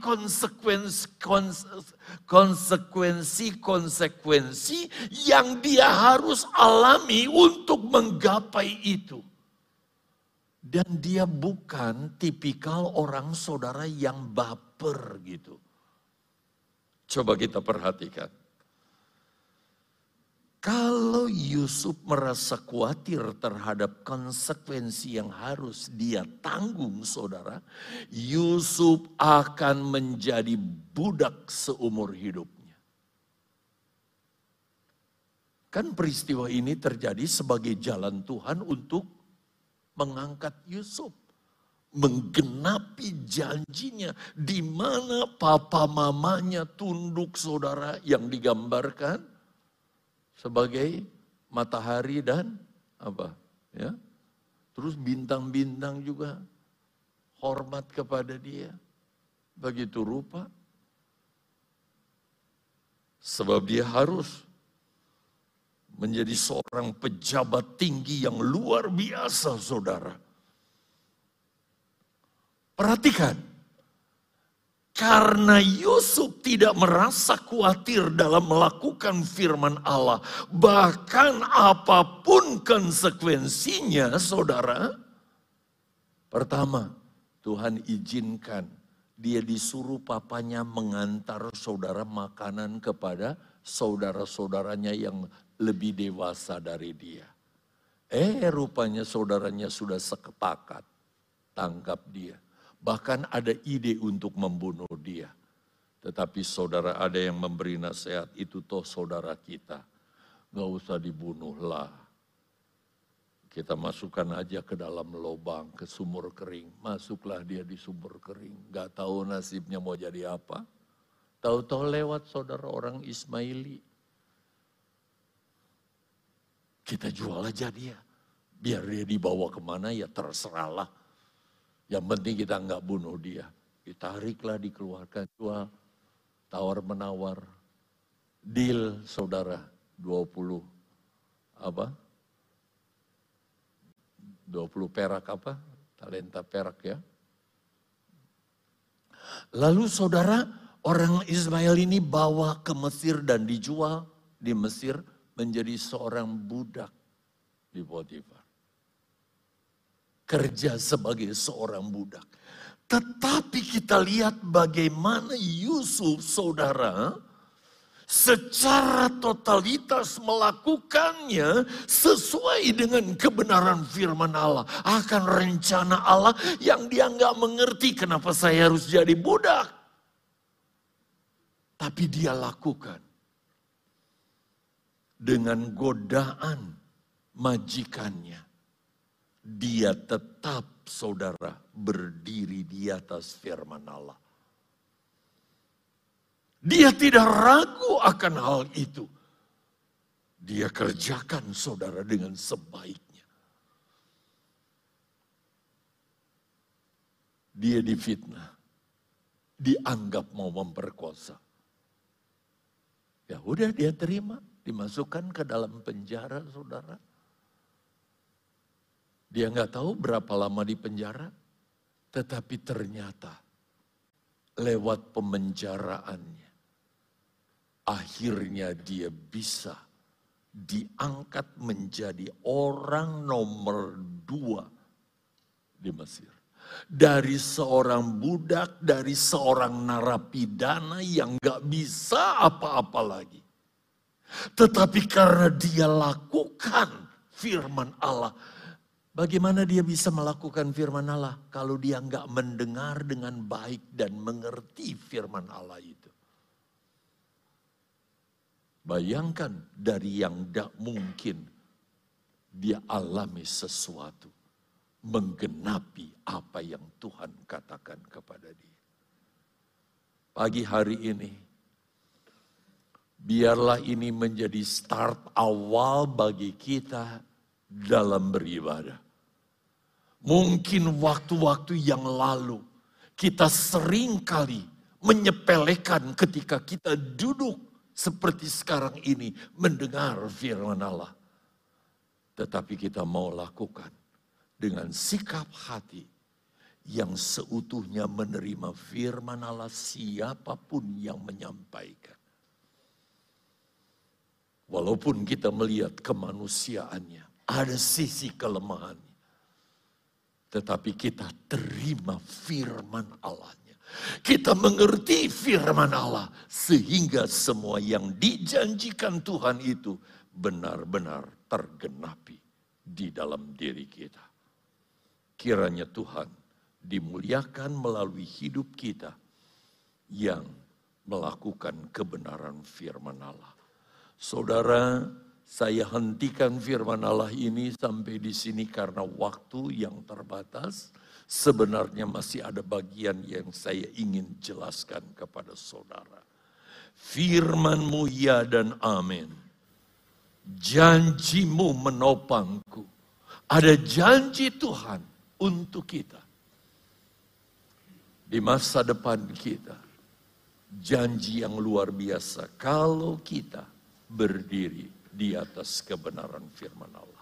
konsekuensi yang dia harus alami untuk menggapai itu. Dan dia bukan tipikal orang, saudara, yang baper gitu. Coba kita perhatikan. Kalau Yusuf merasa khawatir terhadap konsekuensi yang harus dia tanggung, saudara, Yusuf akan menjadi budak seumur hidupnya. Kan peristiwa ini terjadi sebagai jalan Tuhan untuk mengangkat Yusuf, menggenapi janjinya, di mana papa mamanya tunduk, saudara, yang digambarkan sebagai matahari dan apa? Ya. Terus bintang-bintang juga hormat kepada dia. Begitu rupa. Sebab dia harus menjadi seorang pejabat tinggi yang luar biasa, saudara. Perhatikan, karena Yusuf tidak merasa khawatir dalam melakukan firman Allah, bahkan apapun konsekuensinya, saudara. Pertama, Tuhan izinkan dia disuruh papanya mengantar saudara makanan kepada saudara-saudaranya yang lebih dewasa dari dia. Rupanya saudaranya sudah sekepakat tangkap dia. Bahkan ada ide untuk membunuh dia. Tetapi saudara, ada yang memberi nasihat, itu toh saudara kita. Gak usah dibunuhlah. Kita masukkan aja ke dalam lubang, ke sumur kering. Masuklah dia di sumur kering. Gak tahu nasibnya mau jadi apa. Tahu-tahu lewat saudara orang Ismaili. Kita jual aja dia. Biar dia dibawa kemana ya terserahlah. Yang penting kita nggak bunuh dia. Ditariklah, dikeluarkan, jual. Tawar-menawar. Deal saudara, 20 perak apa? Talenta perak ya. Lalu saudara, orang Ismail ini bawa ke Mesir dan dijual di Mesir menjadi seorang budak di Potifar. Kerja sebagai seorang budak. Tetapi kita lihat bagaimana Yusuf saudara secara totalitas melakukannya sesuai dengan kebenaran firman Allah. Akan rencana Allah yang dia nggak mengerti kenapa saya harus jadi budak. Tapi dia lakukan. Dengan godaan majikannya. Dia tetap saudara berdiri di atas firman Allah. Dia tidak ragu akan hal itu. Dia kerjakan saudara dengan sebaiknya. Dia difitnah. Dianggap mau memperkosa. Ya udah dia terima. Dimasukkan ke dalam penjara saudara. Dia nggak tahu berapa lama di penjara. Tetapi ternyata lewat pemenjaraannya. Akhirnya dia bisa diangkat menjadi orang nomor 2 di Mesir. Dari seorang budak, dari seorang narapidana yang gak bisa apa-apa lagi. Tetapi karena dia lakukan firman Allah. Bagaimana dia bisa melakukan firman Allah kalau dia gak mendengar dengan baik dan mengerti firman Allah itu. Bayangkan dari yang tidak mungkin dia alami sesuatu. Menggenapi apa yang Tuhan katakan kepada dia. Pagi hari ini, biarlah ini menjadi start awal bagi kita dalam beribadah. Mungkin waktu-waktu yang lalu kita seringkali menyepelekan ketika kita duduk seperti sekarang ini mendengar firman Allah. Tetapi kita mau lakukan dengan sikap hati yang seutuhnya menerima firman Allah siapapun yang menyampaikan. Walaupun kita melihat kemanusiaannya, ada sisi kelemahannya. Tetapi kita terima firman Allahnya. Kita mengerti firman Allah sehingga semua yang dijanjikan Tuhan itu benar-benar tergenapi di dalam diri kita. Kiranya Tuhan dimuliakan melalui hidup kita yang melakukan kebenaran firman Allah. Saudara, saya hentikan firman Allah ini sampai di sini karena waktu yang terbatas. Sebenarnya masih ada bagian yang saya ingin jelaskan kepada saudara. Firman-Mu ya dan amin. Janjimu menopangku. Ada janji Tuhan untuk kita. Di masa depan kita. Janji yang luar biasa. Kalau kita berdiri di atas kebenaran firman Allah.